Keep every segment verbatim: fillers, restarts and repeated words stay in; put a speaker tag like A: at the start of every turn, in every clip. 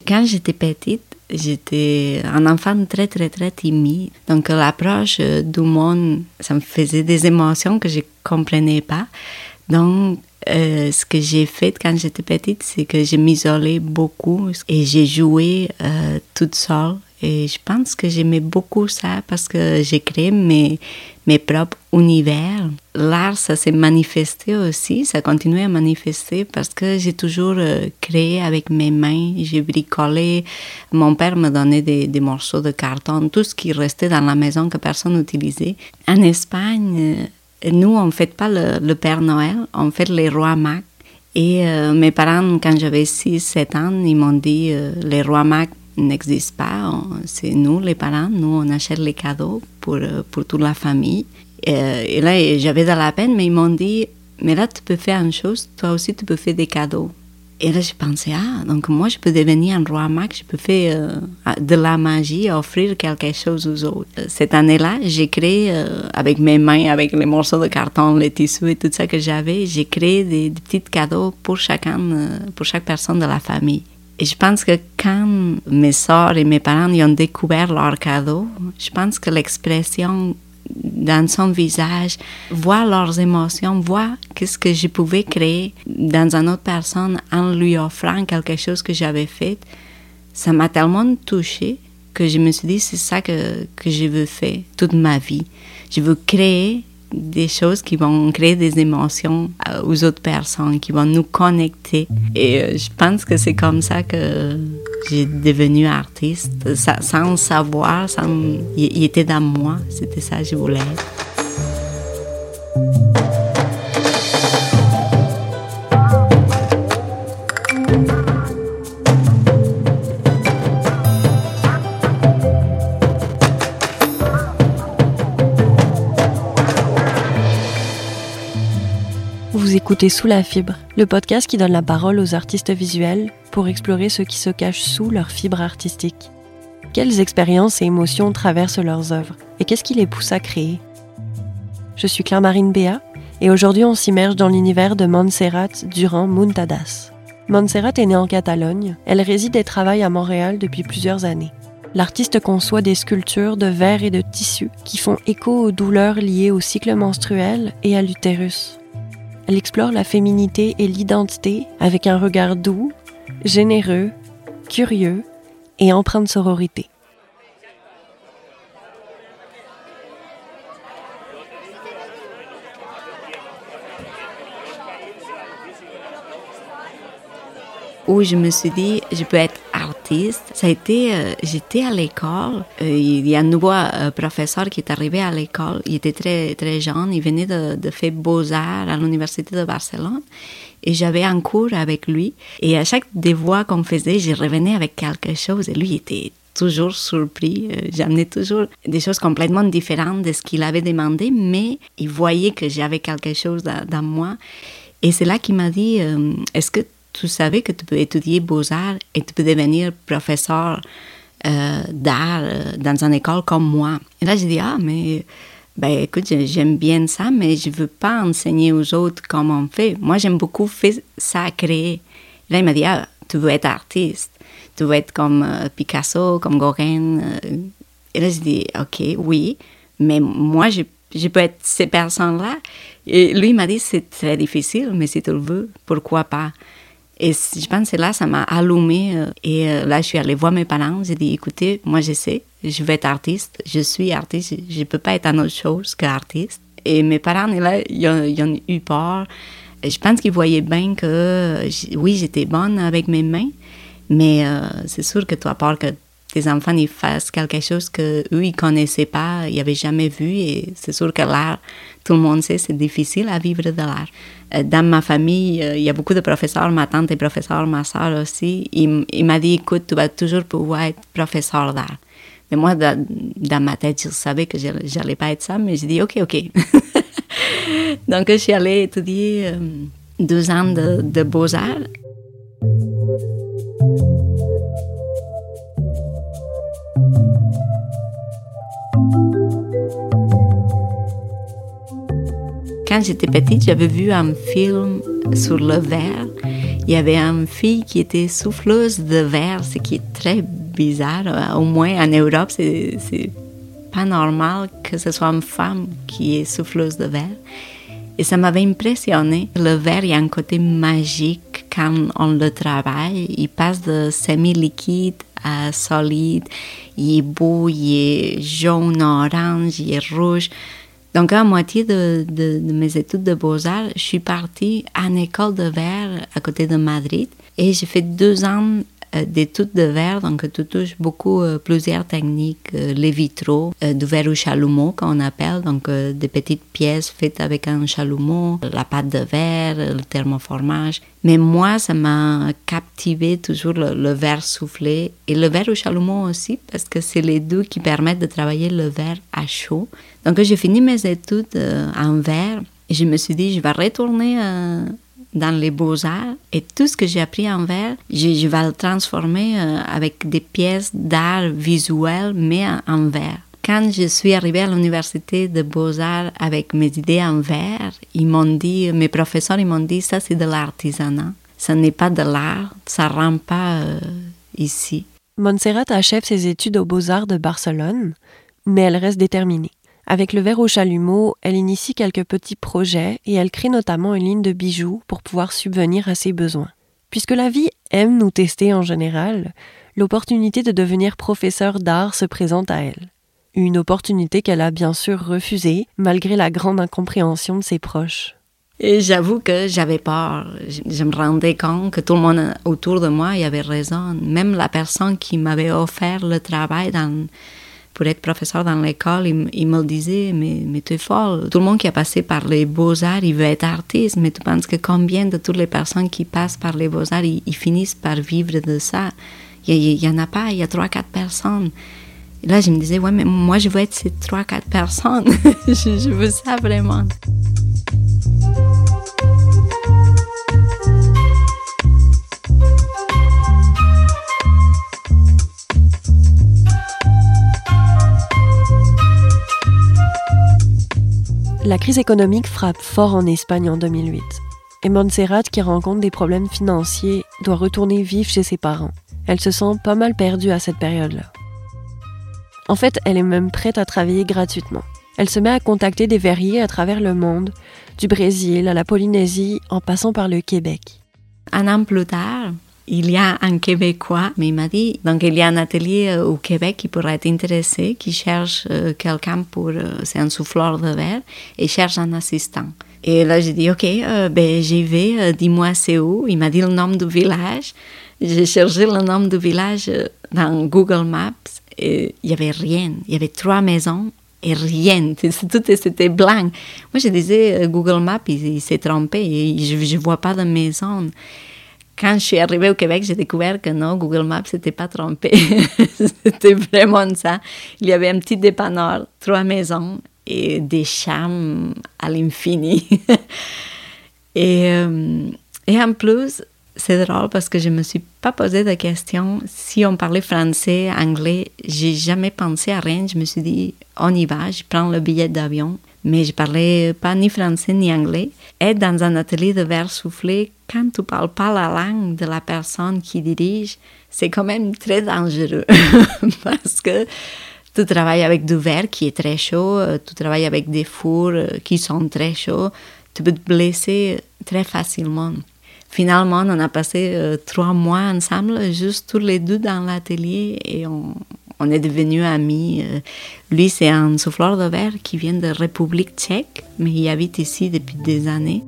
A: Quand j'étais petite, j'étais un enfant très, très, très timide. Donc, l'approche du monde, ça me faisait des émotions que je ne comprenais pas. Donc, euh, ce que j'ai fait quand j'étais petite, c'est que je m'isolais beaucoup et j'ai joué euh, toute seule. Et je pense que j'aimais beaucoup ça parce que j'ai créé mes, mes propres univers. L'art, ça s'est manifesté aussi, ça continue à manifester parce que j'ai toujours euh, créé avec mes mains. J'ai bricolé. Mon père me donnait des, des morceaux de carton, tout ce qui restait dans la maison que personne n'utilisait. En Espagne, euh, nous, on ne fête pas le, le Père Noël, on fête les rois mags. Et euh, mes parents, quand j'avais six sept ans, ils m'ont dit euh, les rois mags n'existe pas, on, c'est nous les parents, nous on achète les cadeaux pour, pour toute la famille. Et, et là j'avais de la peine, mais ils m'ont dit, mais là tu peux faire une chose, toi aussi tu peux faire des cadeaux. Et là je pensais, ah, donc moi je peux devenir un roi mag, je peux faire euh, de la magie, offrir quelque chose aux autres. Cette année-là, j'ai créé, euh, avec mes mains, avec les morceaux de carton, les tissus et tout ça que j'avais, j'ai créé des, des petits cadeaux pour chacun, euh, pour chaque personne de la famille. Et je pense que quand mes sœurs et mes parents y ont découvert leur cadeau, je pense que l'expression dans son visage, voir leurs émotions, voir qu'est-ce que je pouvais créer dans une autre personne en lui offrant quelque chose que j'avais fait, ça m'a tellement touchée que je me suis dit, c'est ça que, que je veux faire toute ma vie. Je veux créer des choses qui vont créer des émotions aux autres personnes, qui vont nous connecter. Et euh, je pense que c'est comme ça que j'ai devenu artiste, ça, sans savoir, sans, il, il était dans moi, c'était ça que je voulais être.
B: Vous écoutez Sous la fibre, le podcast qui donne la parole aux artistes visuels pour explorer ce qui se cache sous leur fibre artistique. Quelles expériences et émotions traversent leurs œuvres et qu'est-ce qui les pousse à créer? Je suis Claire-Marine Béat et aujourd'hui on s'immerge dans l'univers de Montserrat Durán Muntadas. Montserrat est née en Catalogne, elle réside et travaille à Montréal depuis plusieurs années. L'artiste conçoit des sculptures de verre et de tissu qui font écho aux douleurs liées au cycle menstruel et à l'utérus. Elle explore la féminité et l'identité avec un regard doux, généreux, curieux et empreint de sororité.
A: Où je me suis dit, je peux être artiste. Ça a été, euh, j'étais à l'école. Euh, il y a un nouveau euh, professeur qui est arrivé à l'école. Il était très, très jeune. Il venait de, de faire Beaux-Arts à l'Université de Barcelone. Et j'avais un cours avec lui. Et à chaque devoir qu'on faisait, je revenais avec quelque chose. Et lui était toujours surpris. Euh, j'amenais toujours des choses complètement différentes de ce qu'il avait demandé. Mais il voyait que j'avais quelque chose dans, dans moi. Et c'est là qu'il m'a dit, euh, est-ce que tu savais que tu peux étudier Beaux-Arts et tu peux devenir professeur euh, d'art euh, dans une école comme moi. Et là, j'ai dit, ah, mais ben, écoute, j'aime bien ça, mais je ne veux pas enseigner aux autres comment on fait. Moi, j'aime beaucoup faire ça, créer. Et là, il m'a dit, ah, tu veux être artiste. Tu veux être comme euh, Picasso, comme Gauguin. Euh. Et là, j'ai dit, OK, oui, mais moi, je, je peux être ces personnes-là. Et lui, il m'a dit, c'est très difficile, mais si tu le veux, pourquoi pas? Et je pense que là, ça m'a allumé. Et là, je suis allée voir mes parents. J'ai dit, écoutez, moi, je sais, je veux être artiste. Je suis artiste. Je ne peux pas être une autre chose qu'artiste. Et mes parents, là, ils ont, ils ont eu peur. Je pense qu'ils voyaient bien que, oui, j'étais bonne avec mes mains. Mais euh, c'est sûr que tu as peur que tes enfants ils fassent quelque chose qu'eux, ils ne connaissaient pas, ils n'avaient jamais vu. Et c'est sûr que l'art, tout le monde sait, c'est difficile à vivre de l'art. Dans ma famille, il y a beaucoup de professeurs, ma tante est professeure, ma soeur aussi. Il, il m'a dit, écoute, tu vas toujours pouvoir être professeur d'art. Mais moi, dans, dans ma tête, je savais que je n'allais pas être ça, mais j'ai dit, OK, OK. Donc, je suis allée étudier euh, deux ans de, de beaux-arts. Quand j'étais petite, j'avais vu un film sur le verre. il y avait une fille qui était souffleuse de verre, ce qui est très bizarre. Au moins en Europe, c'est, c'est pas normal que ce soit une femme qui est souffleuse de verre. Et ça m'avait impressionné. Le verre, il y a un côté magique quand on le travaille. Il passe de semi-liquide à solide. Il est beau, il est jaune, orange, il est rouge. Donc, à moitié de, de, de mes études de beaux-arts, je suis partie à une école de verre à côté de Madrid. Et j'ai fait deux ans d'études de verre, donc tu touches beaucoup euh, plusieurs techniques, euh, les vitraux, euh, du verre au chalumeau qu'on appelle, donc euh, des petites pièces faites avec un chalumeau, la pâte de verre, le thermoformage. Mais moi, ça m'a captivé toujours le, le verre soufflé et le verre au chalumeau aussi, parce que c'est les deux qui permettent de travailler le verre à chaud. Donc j'ai fini mes études euh, en verre et je me suis dit, je vais retourner euh, dans les beaux-arts et tout ce que j'ai appris en verre, je, je vais le transformer euh, avec des pièces d'art visuel, mais en, en verre. Quand je suis arrivée à l'université de Beaux-Arts avec mes idées en verre, ils m'ont dit, mes professeurs ils m'ont dit, ça c'est de l'artisanat, ça n'est pas de l'art, ça ne rentre pas euh, ici.
B: Montserrat achève ses études aux Beaux-Arts de Barcelone, mais elle reste déterminée. Avec le verre au chalumeau, elle initie quelques petits projets et elle crée notamment une ligne de bijoux pour pouvoir subvenir à ses besoins. Puisque la vie aime nous tester en général, l'opportunité de devenir professeure d'art se présente à elle. Une opportunité qu'elle a bien sûr refusée, malgré la grande incompréhension de ses proches.
A: Et j'avoue que j'avais peur. Je, je me rendais compte que tout le monde autour de moi y avait raison. Même la personne qui m'avait offert le travail dans... pour être professeur dans l'école, il, il me le disait, mais, mais tu es folle. Tout le monde qui a passé par les beaux-arts, il veut être artiste, mais tu penses que combien de toutes les personnes qui passent par les beaux-arts, ils, ils finissent par vivre de ça? Il n'y en a pas, il y a trois, quatre personnes. Et là, je me disais, ouais, mais moi, je veux être ces trois, quatre personnes. je, je veux ça vraiment.
B: La crise économique frappe fort en Espagne en deux mille huit. Et Montserrat, qui rencontre des problèmes financiers, doit retourner vivre chez ses parents. Elle se sent pas mal perdue à cette période-là. En fait, elle est même prête à travailler gratuitement. Elle se met à contacter des verriers à travers le monde, du Brésil à la Polynésie, en passant par le Québec.
A: Un an plus tard, il y a un Québécois, mais il m'a dit, donc il y a un atelier au Québec qui pourrait être intéressé, qui cherche euh, quelqu'un pour, euh, c'est un souffleur de verre, et cherche un assistant. Et là, j'ai dit, OK, euh, ben, j'y vais, euh, dis-moi c'est où. Il m'a dit le nom du village. J'ai cherché le nom du village dans Google Maps, et il n'y avait rien. Il y avait trois maisons et rien. Tout c'était blanc. Moi, je disais, Google Maps, il, il s'est trompé, et je ne vois pas de maison. Quand je suis arrivée au Québec, j'ai découvert que non, Google Maps s'était pas trompé. C'était vraiment ça. Il y avait un petit dépanneur, trois maisons et des chambres à l'infini. et, euh, et en plus, c'est drôle parce que je me suis pas posé de question si on parlait français, anglais. J'ai jamais pensé à rien. Je me suis dit, on y va, je prends le billet d'avion. Mais je parlais pas ni français ni anglais. Être dans un atelier de verre soufflé, quand tu parles pas la langue de la personne qui dirige, c'est quand même très dangereux parce que tu travailles avec du verre qui est très chaud, tu travailles avec des fours qui sont très chauds, tu peux te blesser très facilement. Finalement, on a passé euh, trois mois ensemble, juste tous les deux dans l'atelier, et on, on est devenus amis. Euh, lui, c'est un souffleur de verre qui vient de République tchèque, mais il habite ici depuis des années.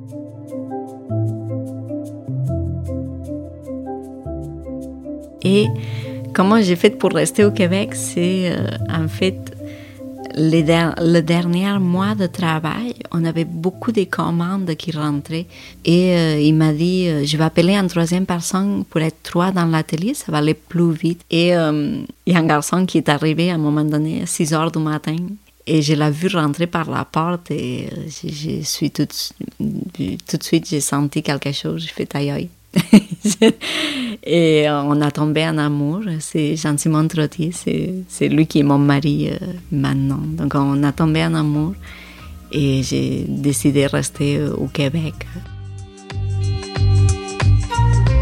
A: Et comment j'ai fait pour rester au Québec, c'est euh, en fait les der- le dernier mois de travail, on avait beaucoup de commandes qui rentraient. Et euh, il m'a dit, euh, je vais appeler une troisième personne pour être trois dans l'atelier, ça va aller plus vite. Et euh, il y a un garçon qui est arrivé à un moment donné, à six heures du matin. Et je l'ai vu rentrer par la porte et euh, je, je suis tout, tout de suite, j'ai senti quelque chose, j'ai fait aïe aïe. Et on a tombé en amour. C'est Jean-Simon Trottier, c'est, c'est lui qui est mon mari euh, maintenant. Donc on a tombé en amour et j'ai décidé de rester au Québec.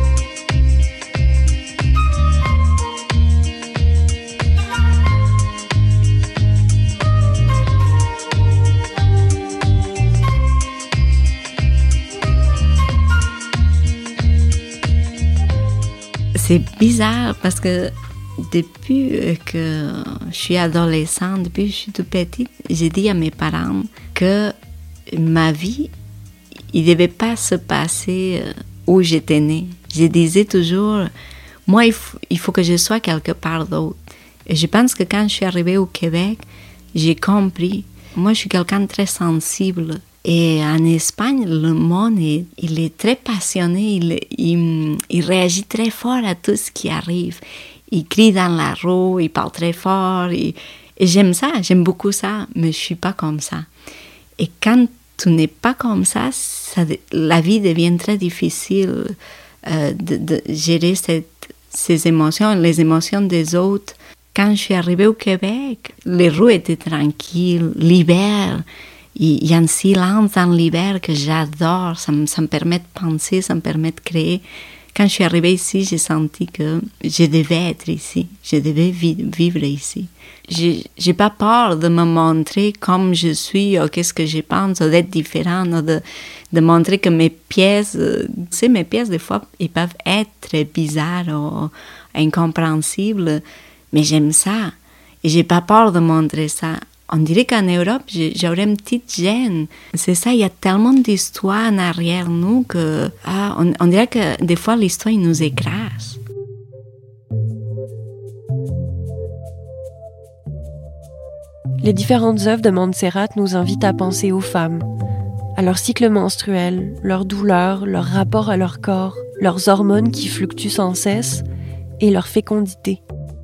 A: C'est bizarre parce que depuis que je suis adolescente, depuis que je suis toute petite, j'ai dit à mes parents que ma vie, il ne devait pas se passer où j'étais née. Je disais toujours, moi, il faut, il faut que je sois quelque part d'autre. Et je pense que quand je suis arrivée au Québec, j'ai compris. Moi, je suis quelqu'un de très sensible. Et en Espagne, le monde, est, il est très passionné, il, il, il réagit très fort à tout ce qui arrive. Il crie dans la rue, il parle très fort. Il, et j'aime ça, j'aime beaucoup ça, mais je ne suis pas comme ça. Et quand tu n'es pas comme ça, ça la vie devient très difficile euh, de, de gérer cette, ces émotions, les émotions des autres. Quand je suis arrivée au Québec, les rues étaient tranquilles, l'hiver, il y a un silence dans l'hiver que j'adore, ça me, ça me permet de penser, ça me permet de créer. Quand je suis arrivée ici, j'ai senti que je devais être ici, je devais vi- vivre ici. Je n'ai pas peur de me montrer comme je suis, ou qu'est-ce que je pense, ou d'être différente, ou de, de montrer que mes pièces, tu sais, mes pièces, des fois, ils peuvent être très bizarres ou incompréhensibles, mais j'aime ça. Et je n'ai pas peur de montrer ça. On dirait qu'en Europe, j'aurais une petite gêne. C'est ça, il y a tellement d'histoires en arrière nous que ah, on, on dirait que des fois, l'histoire, il nous écrase.
B: Les différentes œuvres de Montserrat nous invitent à penser aux femmes, à leur cycle menstruel, leurs douleurs, leur rapport à leur corps, leurs hormones qui fluctuent sans cesse et leur fécondité.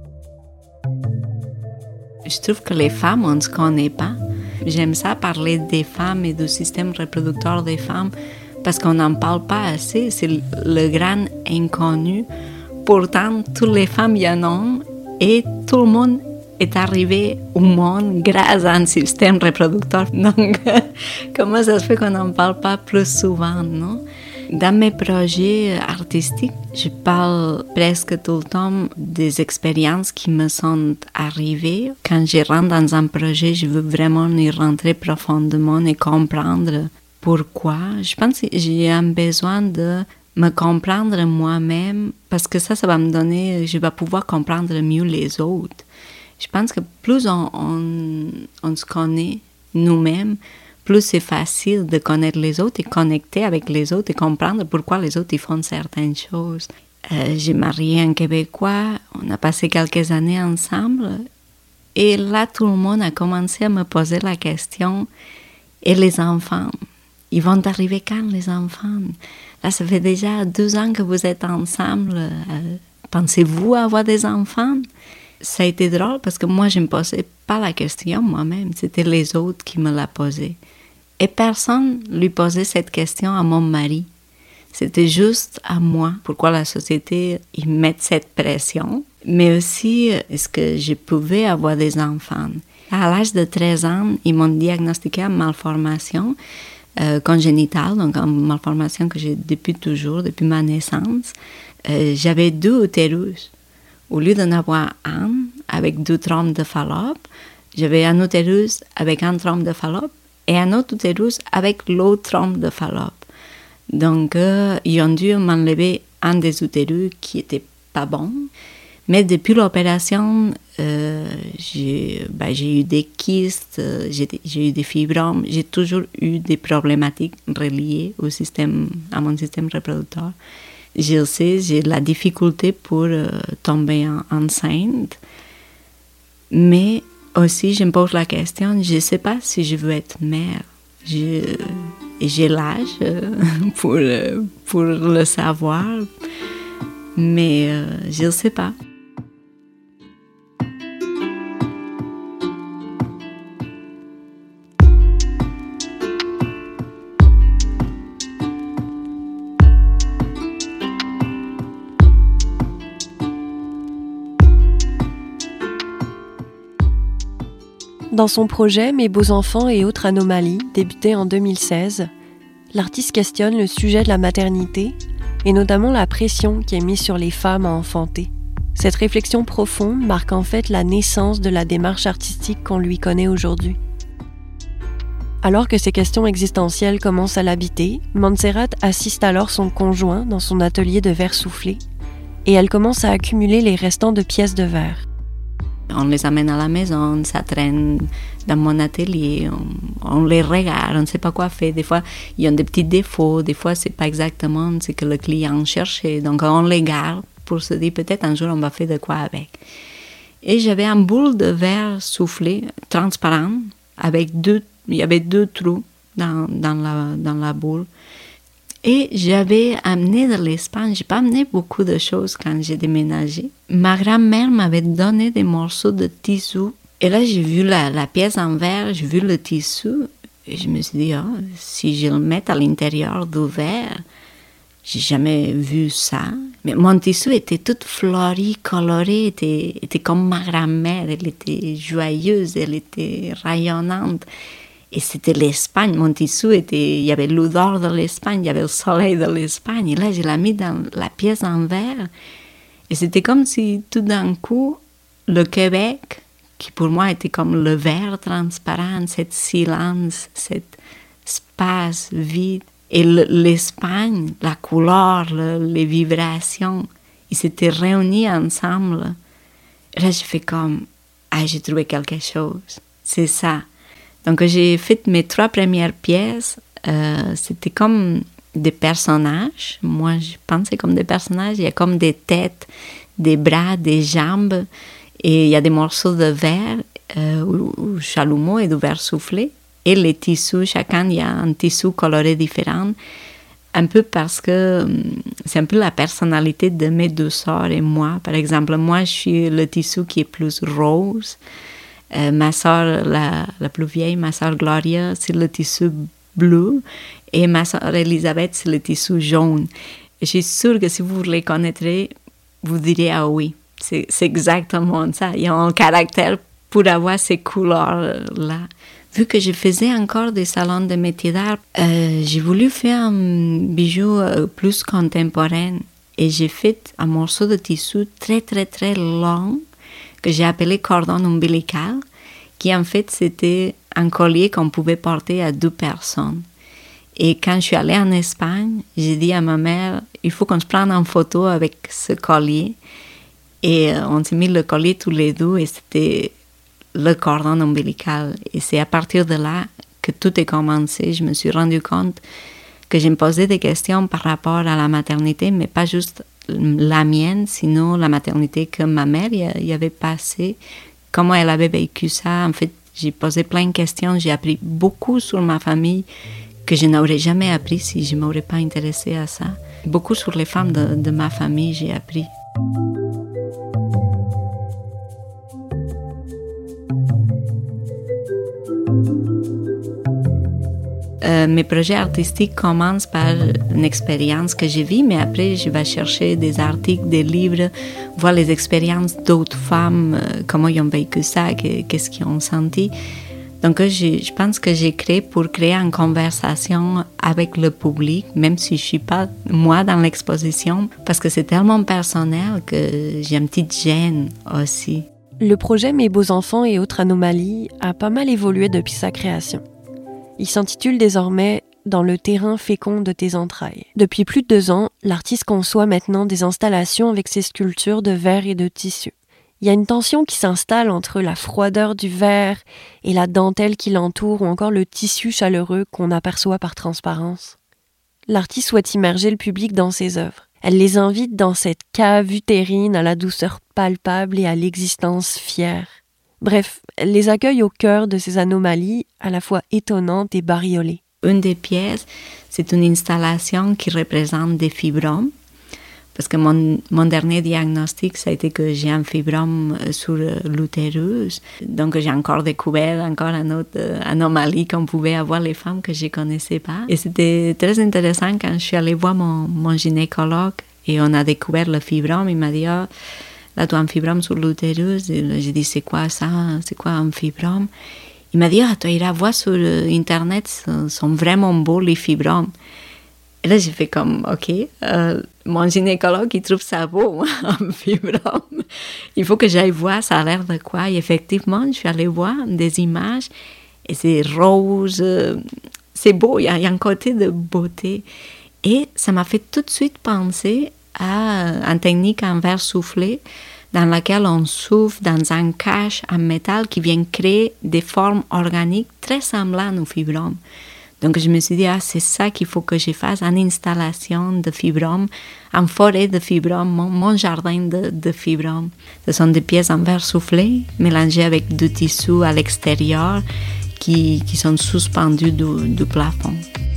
A: Je trouve que les femmes, on ne se connaît pas. J'aime ça parler des femmes et du système reproducteur des femmes parce qu'on n'en parle pas assez. C'est le grand inconnu. Pourtant, toutes les femmes y en ont et tout le monde est arrivé au monde grâce à un système reproducteur. Donc, comment ça se fait qu'on n'en parle pas plus souvent, non? Dans mes projets artistiques, je parle presque tout le temps des expériences qui me sont arrivées. Quand je rentre dans un projet, je veux vraiment y rentrer profondément et comprendre pourquoi. Je pense que j'ai un besoin de me comprendre moi-même parce que ça, ça va me donner, je vais pouvoir comprendre mieux les autres. Je pense que plus on, on, on se connaît nous-mêmes, plus c'est facile de connaître les autres et connecter avec les autres et comprendre pourquoi les autres ils font certaines choses. Euh, j'ai marié un Québécois, on a passé quelques années ensemble et là tout le monde a commencé à me poser la question « Et les enfants? Ils vont arriver quand les enfants? Là ça fait déjà deux ans que vous êtes ensemble, euh, pensez-vous avoir des enfants? » Ça a été drôle parce que moi je ne me posais pas la question moi-même, c'était les autres qui me la posaient. Et personne ne lui posait cette question à mon mari. C'était juste à moi. Pourquoi la société y met cette pression? Mais aussi, est-ce que je pouvais avoir des enfants? À l'âge de treize ans, ils m'ont diagnostiqué une malformation euh, congénitale, donc une malformation que j'ai depuis toujours, depuis ma naissance. Euh, j'avais deux utérus. Au lieu d'en avoir un avec deux trompes de Fallope, j'avais un utérus avec un trompe de Fallope et un autre utérus avec l'autre trompe de Fallope. Donc, euh, ils ont dû m'enlever un des utérus qui n'était pas bon. Mais depuis l'opération, euh, j'ai, ben, j'ai eu des kystes, j'ai, j'ai eu des fibromes, j'ai toujours eu des problématiques reliées au système, à mon système reproducteur. Je sais, j'ai de la difficulté pour euh, tomber en, enceinte, mais aussi je me pose la question, je ne sais pas si je veux être mère. Je, j'ai l'âge euh, pour, euh, pour le savoir, mais euh, je ne sais pas.
B: Dans son projet « Mes beaux enfants et autres anomalies », débuté en deux mille seize, l'artiste questionne le sujet de la maternité et notamment la pression qui est mise sur les femmes à enfanter. Cette réflexion profonde marque en fait la naissance de la démarche artistique qu'on lui connaît aujourd'hui. Alors que ces questions existentielles commencent à l'habiter, Montserrat assiste alors son conjoint dans son atelier de verre soufflé et elle commence à accumuler les restants de pièces de verre.
A: On les amène à la maison, ça traîne dans mon atelier, on, on les regarde, on ne sait pas quoi faire. Des fois, ils ont des petits défauts, des fois, c'est pas exactement ce que le client cherchait. Donc, on les garde pour se dire peut-être un jour, on va faire de quoi avec. Et j'avais un boule de verre soufflé, transparent, avec deux, il y avait deux trous dans, dans, la, dans la boule. Et j'avais amené de l'Espagne, je n'ai pas amené beaucoup de choses quand j'ai déménagé. Ma grand-mère m'avait donné des morceaux de tissu. Et là, j'ai vu la, la pièce en verre, j'ai vu le tissu. Et je me suis dit, oh, si je le mets à l'intérieur du verre, j'ai jamais vu ça. Mais mon tissu était tout fleuri, coloré, était, était comme ma grand-mère. Elle était joyeuse, elle était rayonnante. Et c'était l'Espagne, mon tissu était, il y avait l'odeur de l'Espagne, il y avait le soleil de l'Espagne. Et là, je l'ai mis dans la pièce en verre. Et c'était comme si tout d'un coup, le Québec, qui pour moi était comme le verre transparent, cette silence, cet espace vide, et l'Espagne, la couleur, le, les vibrations, ils s'étaient réunis ensemble. Et là, j'ai fait comme, ah, j'ai trouvé quelque chose, c'est ça. Donc, j'ai fait mes trois premières pièces. Euh, c'était comme des personnages. Moi, je pensais comme des personnages. Il y a comme des têtes, des bras, des jambes. Et il y a des morceaux de verre euh, ou, ou chalumeau et de verre soufflé. Et les tissus, chacun, il y a un tissu coloré différent. Un peu parce que c'est un peu la personnalité de mes deux sœurs et moi. Par exemple, moi, je suis le tissu qui est plus rose. Euh, ma sœur, la, la plus vieille, ma sœur Gloria, c'est le tissu bleu et ma sœur Elisabeth, c'est le tissu jaune. Et je suis sûre que si vous les connaîtrez, vous direz « Ah oui, c'est, c'est exactement ça. » Il y a un caractère pour avoir ces couleurs-là. Vu que je faisais encore des salons de métiers d'art, euh, j'ai voulu faire un bijou euh, plus contemporain et j'ai fait un morceau de tissu très, très, très long que j'ai appelé cordon ombilical, qui en fait c'était un collier qu'on pouvait porter à deux personnes. Et quand je suis allée en Espagne, j'ai dit à ma mère, il faut qu'on se prenne en photo avec ce collier. Et on s'est mis le collier tous les deux et c'était le cordon ombilical. Et c'est à partir de là que tout est commencé. Je me suis rendu compte que je me posais des questions par rapport à la maternité, mais pas juste la mienne, sinon la maternité que ma mère y, y avait passée, comment elle avait vécu ça. En fait, j'ai posé plein de questions, j'ai appris beaucoup sur ma famille que je n'aurais jamais appris si je ne m'aurais pas intéressée à ça. Beaucoup sur les femmes de, de ma famille, j'ai appris. Euh, mes projets artistiques commencent par une expérience que j'ai vue, mais après, je vais chercher des articles, des livres, voir les expériences d'autres femmes, euh, comment ils ont vécu ça, que, qu'est-ce qu'ils ont senti. Donc, je, je pense que j'ai créé pour créer une conversation avec le public, même si je ne suis pas moi dans l'exposition, parce que c'est tellement personnel que j'ai une petite gêne aussi.
B: Le projet Mes beaux enfants et autres anomalies a pas mal évolué depuis sa création. Il s'intitule désormais « Dans le terrain fécond de tes entrailles ». Depuis plus de deux ans, l'artiste conçoit maintenant des installations avec ses sculptures de verre et de tissu. Il y a une tension qui s'installe entre la froideur du verre et la dentelle qui l'entoure ou encore le tissu chaleureux qu'on aperçoit par transparence. L'artiste souhaite immerger le public dans ses œuvres. Elle les invite dans cette cave utérine à la douceur palpable et à l'existence fière. Bref, elle les accueille au cœur de ces anomalies à la fois étonnantes et bariolées.
A: Une des pièces, c'est une installation qui représente des fibromes. Parce que mon, mon dernier diagnostic, ça a été que j'ai un fibrome sur l'utérus. Donc, j'ai encore découvert encore une autre anomalie qu'on pouvait avoir les femmes que je ne connaissais pas. Et c'était très intéressant quand je suis allée voir mon, mon gynécologue et on a découvert le fibrome. Il m'a dit, oh, là, tu as un fibrome sur l'utérus. Et j'ai dit, c'est quoi ça? C'est quoi un fibrome? Il m'a dit, ah, tu iras voir sur Internet, ce sont vraiment beaux les fibromes. Et là, j'ai fait comme, OK, euh, mon gynécologue, il trouve ça beau, un fibrome. Il faut que j'aille voir, ça a l'air de quoi. Et effectivement, je suis allée voir des images et c'est rose, euh, c'est beau, il y, y a un côté de beauté. Et ça m'a fait tout de suite penser a une technique en verre soufflé dans laquelle on souffle dans un cache en métal qui vient créer des formes organiques très semblables aux fibromes. Donc je me suis dit, ah, c'est ça qu'il faut que je fasse, une installation de fibromes, en forêt de fibromes, mon, mon jardin de, de fibromes. Ce sont des pièces en verre soufflé, mélangées avec du tissu à l'extérieur, qui, qui sont suspendus du, du plafond.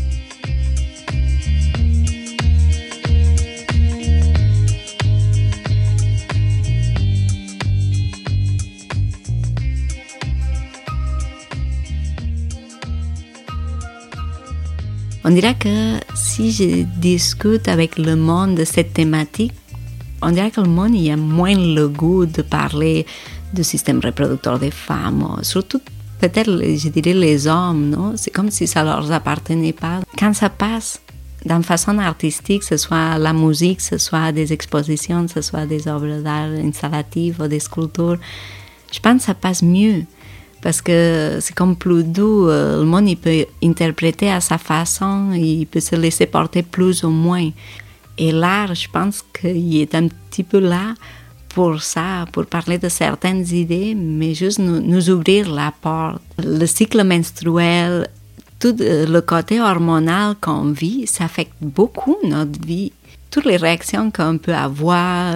A: On dirait que si je discute avec le monde de cette thématique, on dirait que le monde il a moins le goût de parler du système reproducteur des femmes, surtout peut-être, je dirais, les hommes, non? C'est comme si ça leur appartenait pas. Quand ça passe d'une façon artistique, que ce soit la musique, que ce soit des expositions, que ce soit des œuvres d'art installatives ou des sculptures, je pense que ça passe mieux. Parce que c'est comme plus doux, le monde il peut interpréter à sa façon, il peut se laisser porter plus ou moins. Et l'art, je pense qu'il est un petit peu là pour ça, pour parler de certaines idées, mais juste nous, nous ouvrir la porte. Le cycle menstruel, tout le côté hormonal qu'on vit, ça affecte beaucoup notre vie. Toutes les réactions qu'on peut avoir,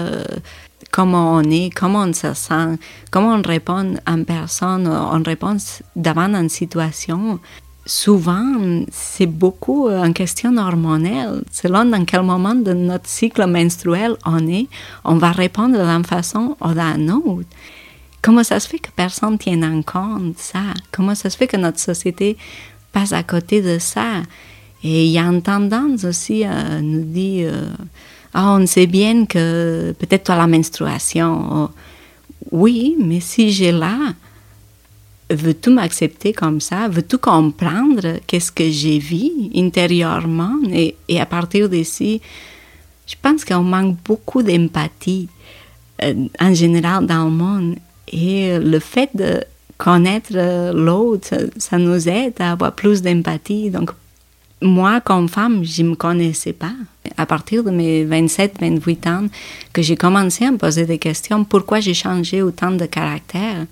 A: comment on est, comment on se sent, comment on répond en personne, on répond devant une situation. Souvent, c'est beaucoup en question hormonale. Selon dans quel moment de notre cycle menstruel on est, on va répondre d'une façon ou d'une autre. Comment ça se fait que personne ne tienne en compte ça? Comment ça se fait que notre société passe à côté de ça? Et il y a une tendance aussi à nous dire euh, « Ah, on sait bien que peut-être tu as la menstruation. » Oui, mais si j'ai là, veux-tu m'accepter comme ça? Veux-tu comprendre qu'est-ce que j'ai vu intérieurement? Et, et à partir d'ici, je pense qu'on manque beaucoup d'empathie euh, en général dans le monde. Et le fait de connaître l'autre, ça, ça nous aide à avoir plus d'empathie. Donc, moi, comme femme, je ne me connaissais pas. À partir de mes vingt-sept vingt-huit ans, que j'ai commencé à me poser des questions, pourquoi j'ai changé autant de caractère?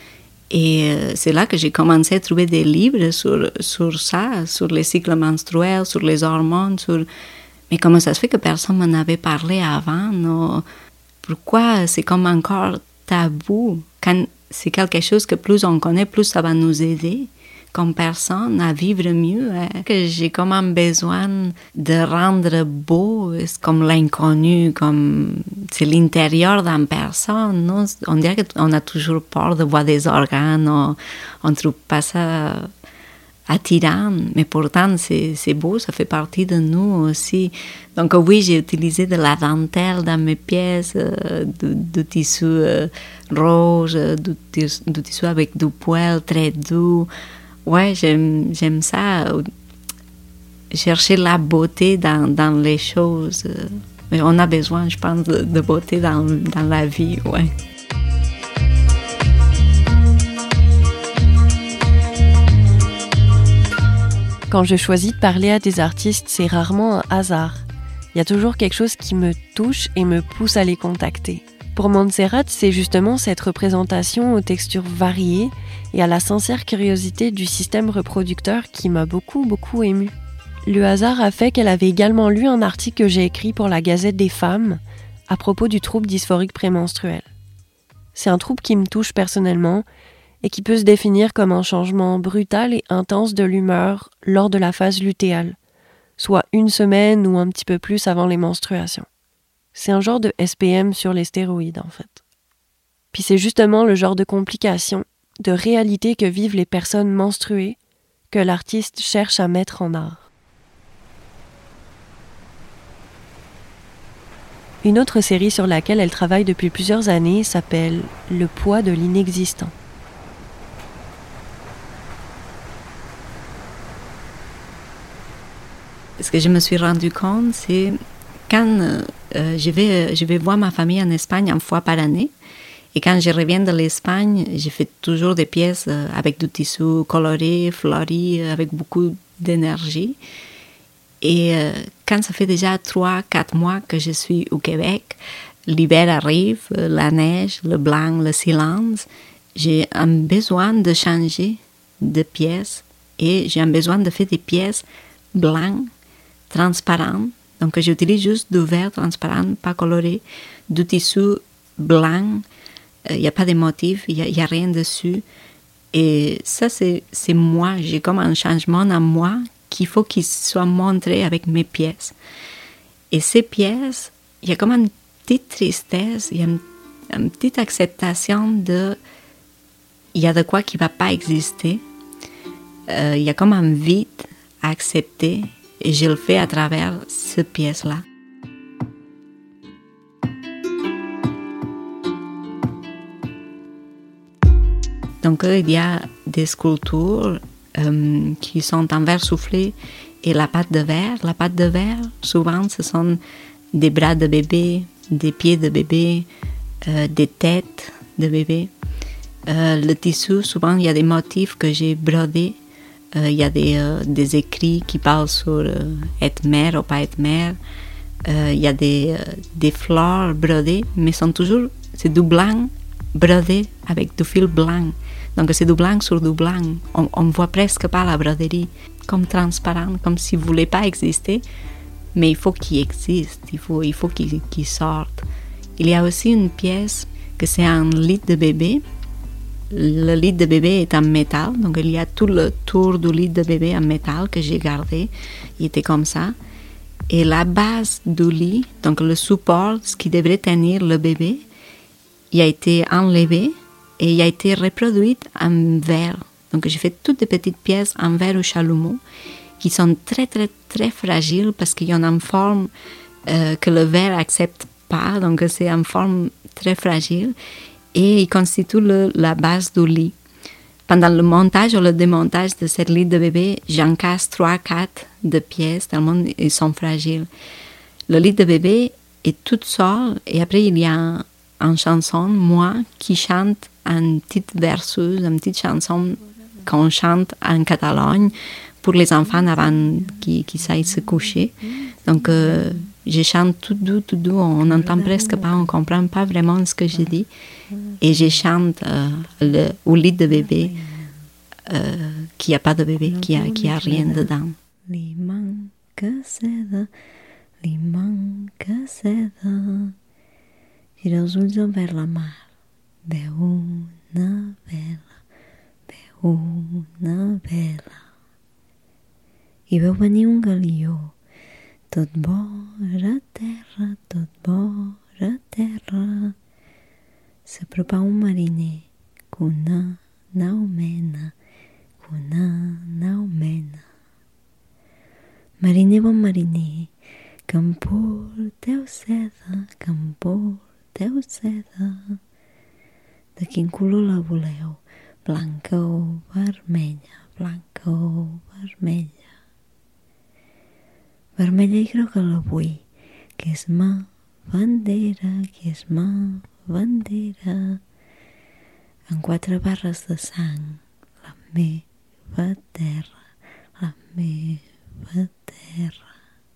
A: Et c'est là que j'ai commencé à trouver des livres sur, sur ça, sur les cycles menstruels, sur les hormones, sur... Mais comment ça se fait que personne m'en avait parlé avant? Non? Pourquoi c'est comme encore tabou? Quand c'est quelque chose que plus on connaît, plus ça va nous aider comme personne à vivre mieux. Hein? Que j'ai comme un besoin de rendre beau, c'est comme l'inconnu, comme c'est l'intérieur d'une personne. Non? On dirait qu'on a toujours peur de voir des organes, on ne trouve pas ça attirant, mais pourtant c'est, c'est beau, ça fait partie de nous aussi. Donc oui, j'ai utilisé de la dentelle dans mes pièces, euh, du, du tissu euh, rouge, du, du tissu avec du poil très doux. Ouais, j'aime, j'aime ça, chercher la beauté dans, dans les choses. Mais on a besoin, je pense, de, de beauté dans, dans la vie, ouais.
B: Quand je choisis de parler à des artistes, c'est rarement un hasard. Il y a toujours quelque chose qui me touche et me pousse à les contacter. Pour Montserrat, c'est justement cette représentation aux textures variées et à la sincère curiosité du système reproducteur qui m'a beaucoup, beaucoup émue. Le hasard a fait qu'elle avait également lu un article que j'ai écrit pour la Gazette des femmes à propos du trouble dysphorique prémenstruel. C'est un trouble qui me touche personnellement et qui peut se définir comme un changement brutal et intense de l'humeur lors de la phase lutéale, soit une semaine ou un petit peu plus avant les menstruations. C'est un genre de S P M sur les stéroïdes, en fait. Puis c'est justement le genre de complications, de réalité que vivent les personnes menstruées que l'artiste cherche à mettre en art. Une autre série sur laquelle elle travaille depuis plusieurs années s'appelle « Le poids de l'inexistant ».
A: Ce que je me suis rendu compte, c'est quand euh, je, vais, je vais voir ma famille en Espagne une fois par année, et quand je reviens de l'Espagne, je fais toujours des pièces avec du tissu coloré, fleuri, avec beaucoup d'énergie. Et euh, quand ça fait déjà trois, quatre mois que je suis au Québec, l'hiver arrive, la neige, le blanc, le silence, j'ai un besoin de changer de pièces et j'ai un besoin de faire des pièces blancs, transparentes. Donc j'utilise juste du verre transparent, pas coloré, du tissu blanc, il n'y a pas de motifs, il n'y a, a rien dessus. Et ça, c'est, c'est moi, j'ai comme un changement en moi qu'il faut qu'il soit montré avec mes pièces. Et ces pièces, il y a comme une petite tristesse, il y a une, une petite acceptation de... Il y a de quoi qui ne va pas exister. Euh, il y a comme un vide à accepter et je le fais à travers ces pièces-là. Donc, il y a des sculptures euh, qui sont en verre soufflé et la pâte de verre. La pâte de verre, souvent, ce sont des bras de bébé, des pieds de bébé, euh, des têtes de bébé. Euh, le tissu, souvent, il y a des motifs que j'ai brodés. Euh, il y a des, euh, des écrits qui parlent sur euh, être mère ou pas être mère. Euh, il y a des, euh, des fleurs brodées, mais sont toujours, c'est du blanc brodé avec du fil blanc. Donc c'est du blanc sur du blanc. On ne voit presque pas la broderie, comme transparent, comme s'il ne voulait pas exister, mais il faut qu'il existe, il faut, il faut qu'il, qu'il sorte. Il y a aussi une pièce que c'est un lit de bébé. Le lit de bébé est en métal, donc il y a tout le tour du lit de bébé en métal que j'ai gardé. Il était comme ça. Et la base du lit, donc le support, ce qui devrait tenir le bébé, il a été enlevé et il a été reproduit en verre. Donc j'ai fait toutes des petites pièces en verre ou chalumeau qui sont très très très fragiles parce qu'il y en a une forme euh, que le verre n'accepte pas, donc c'est une forme très fragile et il constitue le, la base du lit. Pendant le montage ou le démontage de cette lit de bébé, j'en casse trois quatre de pièces tellement ils sont fragiles. Le lit de bébé est tout seul et après il y a en chanson, moi, qui chante une petite verseuse, une petite chanson qu'on chante en Catalogne pour les enfants avant qu'ils, qu'ils aillent se coucher. Donc, euh, je chante tout doux, tout doux, on n'entend presque pas, on ne comprend pas vraiment ce que je dis. Et je chante euh, le, au lit de bébé, euh, qui n'a pas de bébé, qui n'a qui a rien dedans. Li manca seda, li manca seda. Gira els ulls envers la mar, veu una vela, veu una vela. I veu venir un galió, tot vora terra, tot vora terra. S'apropa un mariner, que una nau mena, que una nau mena. Mariner, bon mariner, que em porteu seda, que em porteu Teu seda, de quin color la voleu? Blanca o vermella, blanca o vermella. Vermella i groga la vull, que és ma bandera, que és ma bandera. En quatre barres de sang, la meva terra, la meva terra.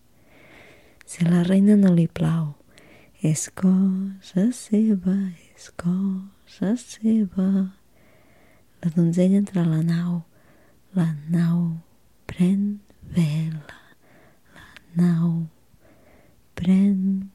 A: Si a la reina no li plau, és cosa seva, és cosa seva. La donzella entra a la nau, la nau pren vela, la nau pren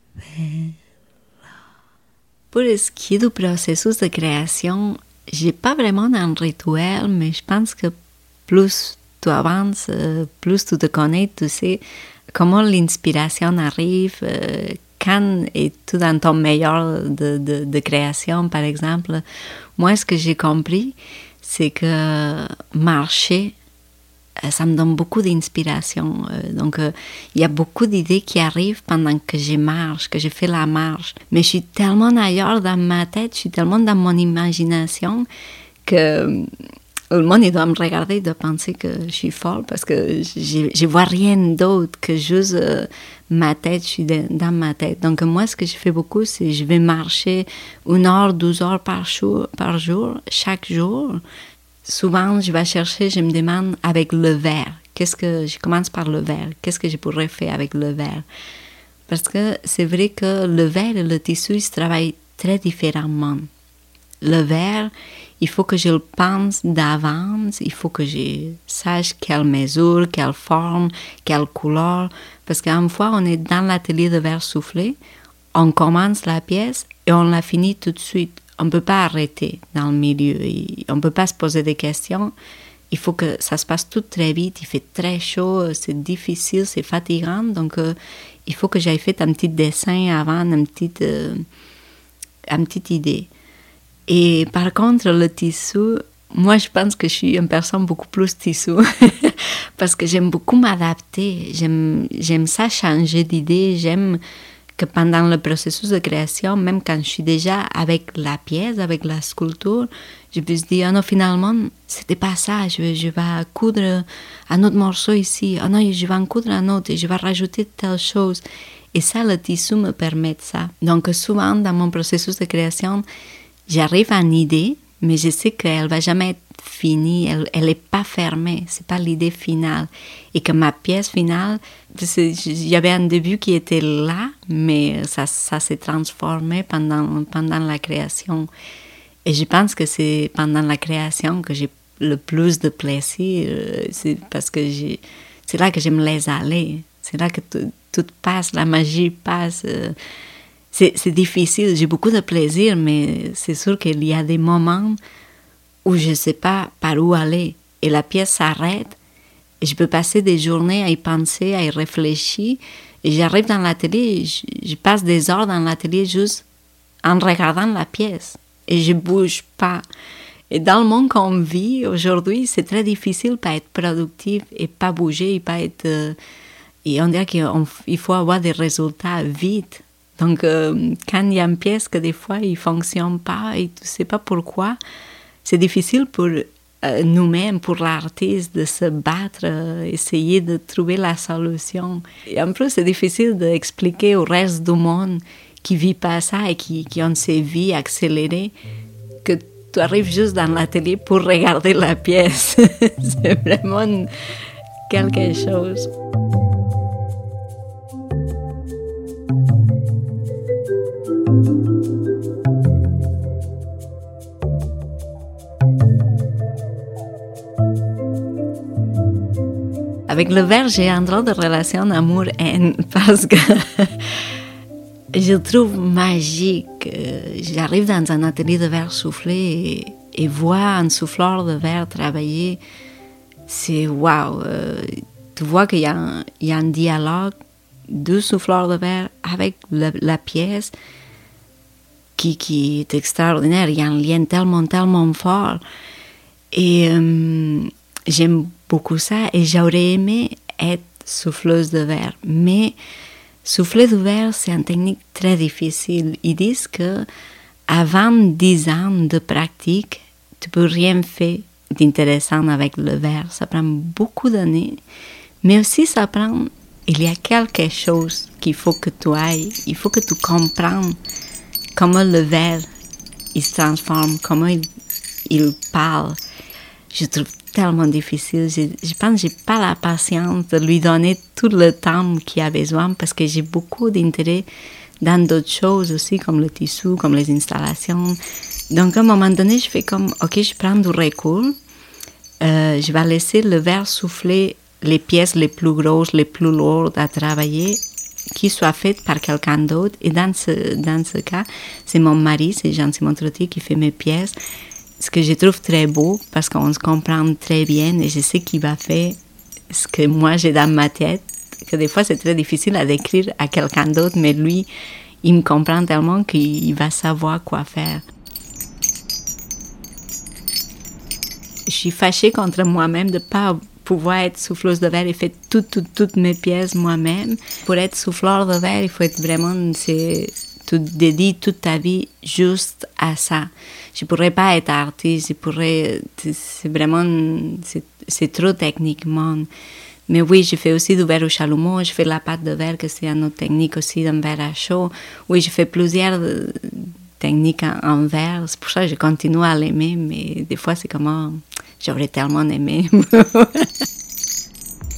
A: vela. Pour ce qui est du processus de création, j'ai pas vraiment un rituel, mais je pense que plus tu avances, plus tu te connais, tu sais comment l'inspiration arrive, quand es-tu dans ton meilleur de, de, de création, par exemple. Moi, ce que j'ai compris, c'est que marcher, ça me donne beaucoup d'inspiration. Donc, il y a beaucoup d'idées qui arrivent pendant que je marche, que je fais la marche. Mais je suis tellement ailleurs dans ma tête, je suis tellement dans mon imagination que le monde il doit me regarder et doit penser que je suis folle parce que je ne vois rien d'autre que juste euh, ma tête, je suis de, dans ma tête. Donc moi, ce que je fais beaucoup, c'est je vais marcher une heure, douze heures par jour, par jour, chaque jour. Souvent, je vais chercher, je me demande avec le verre, Qu'est-ce que je commence par le verre? Qu'est-ce que je pourrais faire avec le verre? Parce que c'est vrai que le verre et le tissu, ils se travaillent très différemment. Le verre, il faut que je le pense d'avance, il faut que je sache quelle mesure, quelle forme, quelle couleur. Parce qu'une fois, on est dans l'atelier de verre soufflé, on commence la pièce et on la finit tout de suite. On ne peut pas arrêter dans le milieu, on ne peut pas se poser des questions. Il faut que ça se passe tout très vite, il fait très chaud, c'est difficile, c'est fatigant. Donc, euh, il faut que j'aille fait un petit dessin avant, une petite, euh, une petite idée. Et par contre, le tissu, moi, je pense que je suis une personne beaucoup plus tissu parce que j'aime beaucoup m'adapter. J'aime, j'aime ça changer d'idée. J'aime que pendant le processus de création, même quand je suis déjà avec la pièce, avec la sculpture, je peux se dire, oh non, finalement, c'était pas ça. Je, je vais coudre un autre morceau ici. Oh non, je vais en coudre un autre et je vais rajouter telle chose. Et ça, le tissu me permet ça. Donc, souvent, dans mon processus de création, j'arrive à une idée, mais je sais qu'elle ne va jamais être finie, elle n'est pas fermée, ce n'est pas l'idée finale. Et que ma pièce finale, il y avait un début qui était là, mais ça, ça s'est transformé pendant, pendant la création. Et je pense que c'est pendant la création que j'ai le plus de plaisir, c'est parce que j'ai, c'est là que je me laisse aller, c'est là que tout, tout passe, la magie passe. C'est, c'est difficile, j'ai beaucoup de plaisir, mais c'est sûr qu'il y a des moments où je ne sais pas par où aller. Et la pièce s'arrête, et je peux passer des journées à y penser, à y réfléchir. Et j'arrive dans l'atelier, je, je passe des heures dans l'atelier juste en regardant la pièce. Et je ne bouge pas. Et dans le monde qu'on vit aujourd'hui, c'est très difficile de pas être productif et pas bouger, et pas être... Euh, et on dirait qu'il faut avoir des résultats vite. Donc, euh, quand il y a une pièce que des fois, il ne fonctionne pas et tu ne sais pas pourquoi, c'est difficile pour euh, nous-mêmes, pour l'artiste, de se battre, euh, essayer de trouver la solution. Et en plus, c'est difficile d'expliquer au reste du monde qui ne vit pas ça et qui, qui ont ces vies accélérées que tu arrives juste dans l'atelier pour regarder la pièce. C'est vraiment quelque chose. Avec le verre, j'ai un drôle de relation amour-haine parce que je le trouve magique. J'arrive dans un atelier de verre soufflé et, et vois un souffleur de verre travailler. C'est waouh! Tu vois qu'il y a un, il y a un dialogue de souffleurs de verre avec la, la pièce qui, qui est extraordinaire. Il y a un lien tellement, tellement fort. Et euh, j'aime beaucoup ça et j'aurais aimé être souffleuse de verre. Mais souffler du verre, c'est une technique très difficile. Ils disent que avant dix ans de pratique, tu peux rien faire d'intéressant avec le verre. Ça prend beaucoup d'années. Mais aussi, ça prend... Il y a quelque chose qu'il faut que tu ailles. Il faut que tu comprennes comment le verre il se transforme, comment il, il parle. Je trouve tellement difficile. Je, je pense que je n'ai pas la patience de lui donner tout le temps qu'il a besoin parce que j'ai beaucoup d'intérêt dans d'autres choses aussi, comme le tissu, comme les installations. Donc, à un moment donné, je fais comme, OK, je prends du recul. Euh, je vais laisser le verre souffler les pièces les plus grosses, les plus lourdes à travailler, qui soient faites par quelqu'un d'autre. Et dans ce, dans ce cas, c'est mon mari, c'est Jean-Simon Trottier qui fait mes pièces. Ce que je trouve très beau, parce qu'on se comprend très bien et je sais qu'il va faire ce que moi j'ai dans ma tête, que des fois c'est très difficile à décrire à quelqu'un d'autre, mais lui, il me comprend tellement qu'il va savoir quoi faire. Je suis fâchée contre moi-même de ne pas pouvoir être souffleuse de verre et faire toutes, toutes, toutes mes pièces moi-même. Pour être souffleur de verre, il faut être vraiment... C'est, tu dédies toute ta vie juste à ça. Je ne pourrais pas être artiste, je pourrais... C'est vraiment... C'est, c'est trop techniquement. Mais oui, je fais aussi du verre au chalumeau, je fais la pâte de verre, que c'est une autre technique aussi d'un verre à chaud. Oui, je fais plusieurs techniques en, en verre. C'est pour ça que je continue à l'aimer, mais des fois, c'est comme... Oh, j'aurais tellement aimé.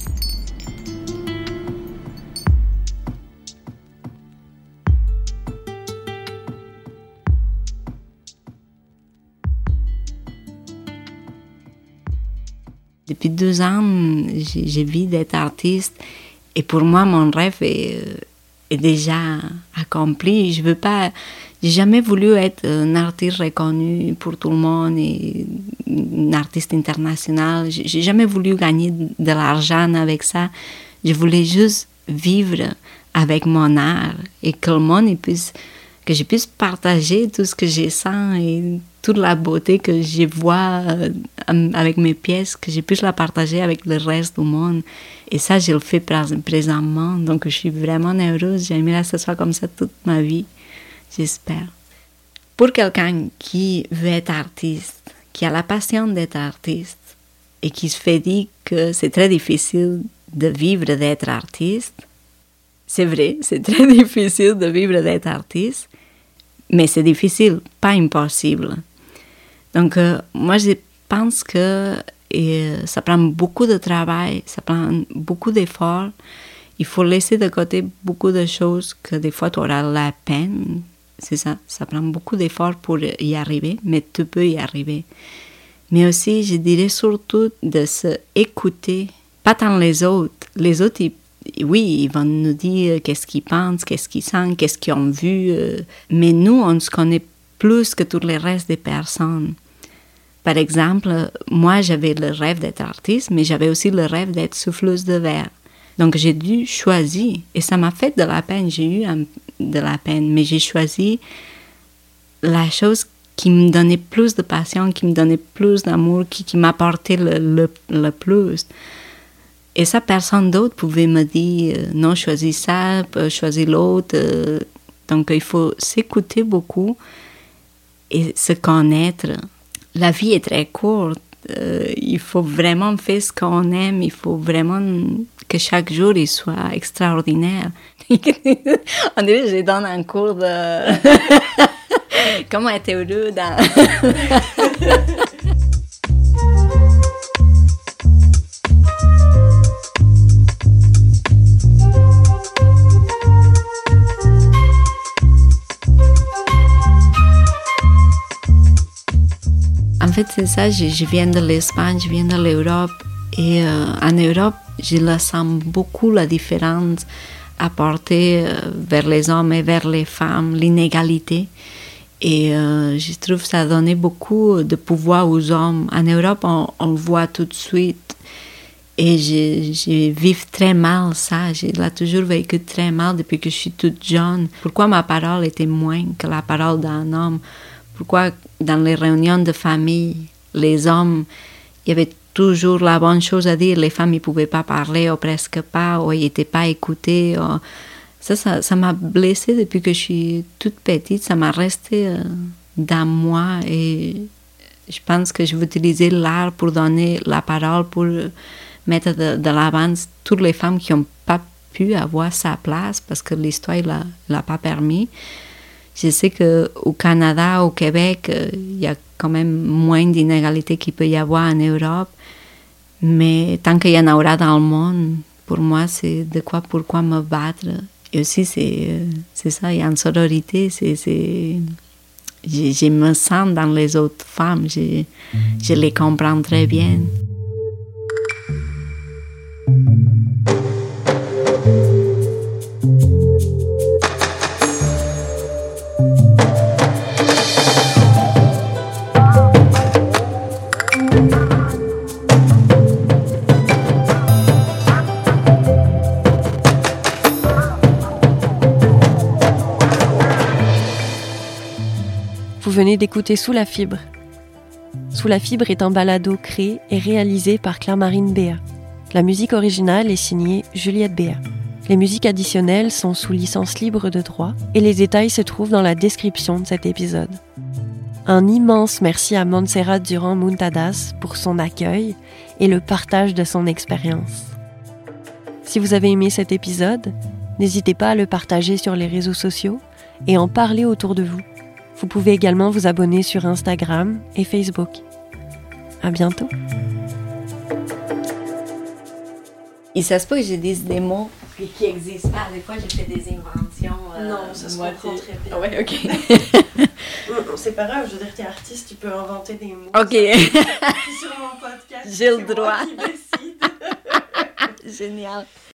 A: Depuis deux ans, j'ai, j'ai envie d'être artiste et pour moi, mon rêve est, est déjà accompli. Je veux pas, j'ai jamais voulu être un artiste reconnu pour tout le monde et un artiste international. J'ai, j'ai jamais voulu gagner de l'argent avec ça. Je voulais juste vivre avec mon art et que le monde puisse, que je puisse partager tout ce que je sens et toute la beauté que je vois avec mes pièces, que je puisse la partager avec le reste du monde. Et ça, je le fais présentement. Donc, je suis vraiment heureuse. J'aimerais que ce soit comme ça toute ma vie, j'espère. Pour quelqu'un qui veut être artiste, qui a la passion d'être artiste et qui se fait dire que c'est très difficile de vivre d'être artiste, c'est vrai, c'est très difficile de vivre d'être artiste, mais c'est difficile, pas impossible. Donc, euh, moi, je pense que et, ça prend beaucoup de travail, ça prend beaucoup d'efforts. Il faut laisser de côté beaucoup de choses que des fois, tu auras la peine. C'est ça, ça prend beaucoup d'efforts pour y arriver, mais tu peux y arriver. Mais aussi, je dirais surtout de se écouter, pas tant les autres. Les autres, ils oui, ils vont nous dire qu'est-ce qu'ils pensent, qu'est-ce qu'ils sentent, qu'est-ce qu'ils ont vu. Euh, mais nous, on se connaît plus que tous les restes des personnes. Par exemple, moi, j'avais le rêve d'être artiste, mais j'avais aussi le rêve d'être souffleuse de verre. Donc, j'ai dû choisir. Et ça m'a fait de la peine. J'ai eu un, de la peine. Mais j'ai choisi la chose qui me donnait plus de passion, qui me donnait plus d'amour, qui, qui m'apportait le, le, le plus. Et ça, personne d'autre pouvait me dire euh, non, choisis ça, choisis l'autre. Euh, donc, il faut s'écouter beaucoup et se connaître. La vie est très courte. Euh, il faut vraiment faire ce qu'on aime. Il faut vraiment que chaque jour il soit extraordinaire. On dirait que je donne un cours de comment être heureux dans. En fait, c'est ça, je, je viens de l'Espagne, je viens de l'Europe. Et euh, en Europe, je le sens beaucoup la différence apportée euh, vers les hommes et vers les femmes, l'inégalité. Et euh, je trouve que ça a donné beaucoup de pouvoir aux hommes. En Europe, on, on le voit tout de suite. Et je, je vis très mal ça. Je l'ai toujours vécu très mal depuis que je suis toute jeune. Pourquoi ma parole était moins que la parole d'un homme? Pourquoi dans les réunions de famille, les hommes, il y avait toujours la bonne chose à dire, les femmes ne pouvaient pas parler ou presque pas, ou ils n'étaient pas écoutées. Ou... Ça, ça, ça m'a blessée depuis que je suis toute petite, ça m'a resté euh, dans moi et je pense que je vais utiliser l'art pour donner la parole, pour mettre de, de l'avant toutes les femmes qui n'ont pas pu avoir sa place parce que l'histoire ne l'a, l'a pas permis. Je sais qu'au Canada, au Québec, il y a quand même moins d'inégalités qu'il peut y avoir en Europe. Mais tant qu'il y en aura dans le monde, pour moi, c'est de quoi, pourquoi me battre. Et aussi, c'est, c'est ça, il y a une sororité. C'est, c'est, je, je me sens dans les autres femmes. Je, je les comprends très bien.
B: Vous venez d'écouter Sous la fibre. Sous la fibre est un balado créé et réalisé par Claire-Marine Béat. La musique originale est signée Juliette Béat. Les musiques additionnelles sont sous licence libre de droit et les détails se trouvent dans la description de cet épisode. Un immense merci à Montserrat Durand-Muntadas pour son accueil et le partage de son expérience. Si vous avez aimé cet épisode, n'hésitez pas à le partager sur les réseaux sociaux et en parler autour de vous. Vous pouvez également vous abonner sur Instagram et Facebook. À bientôt.
A: Et ça se peut que je dise des mots qui n'existent pas. Des fois, j'ai fait des inventions.
B: Euh, non, ça se comprend très bien.
A: Ah ouais, ok.
B: C'est pas grave, je veux dire, t'es artiste, tu peux inventer des mots.
A: Ok.
B: Sur mon podcast.
A: J'ai le droit.
B: Moi qui décide.
A: Génial.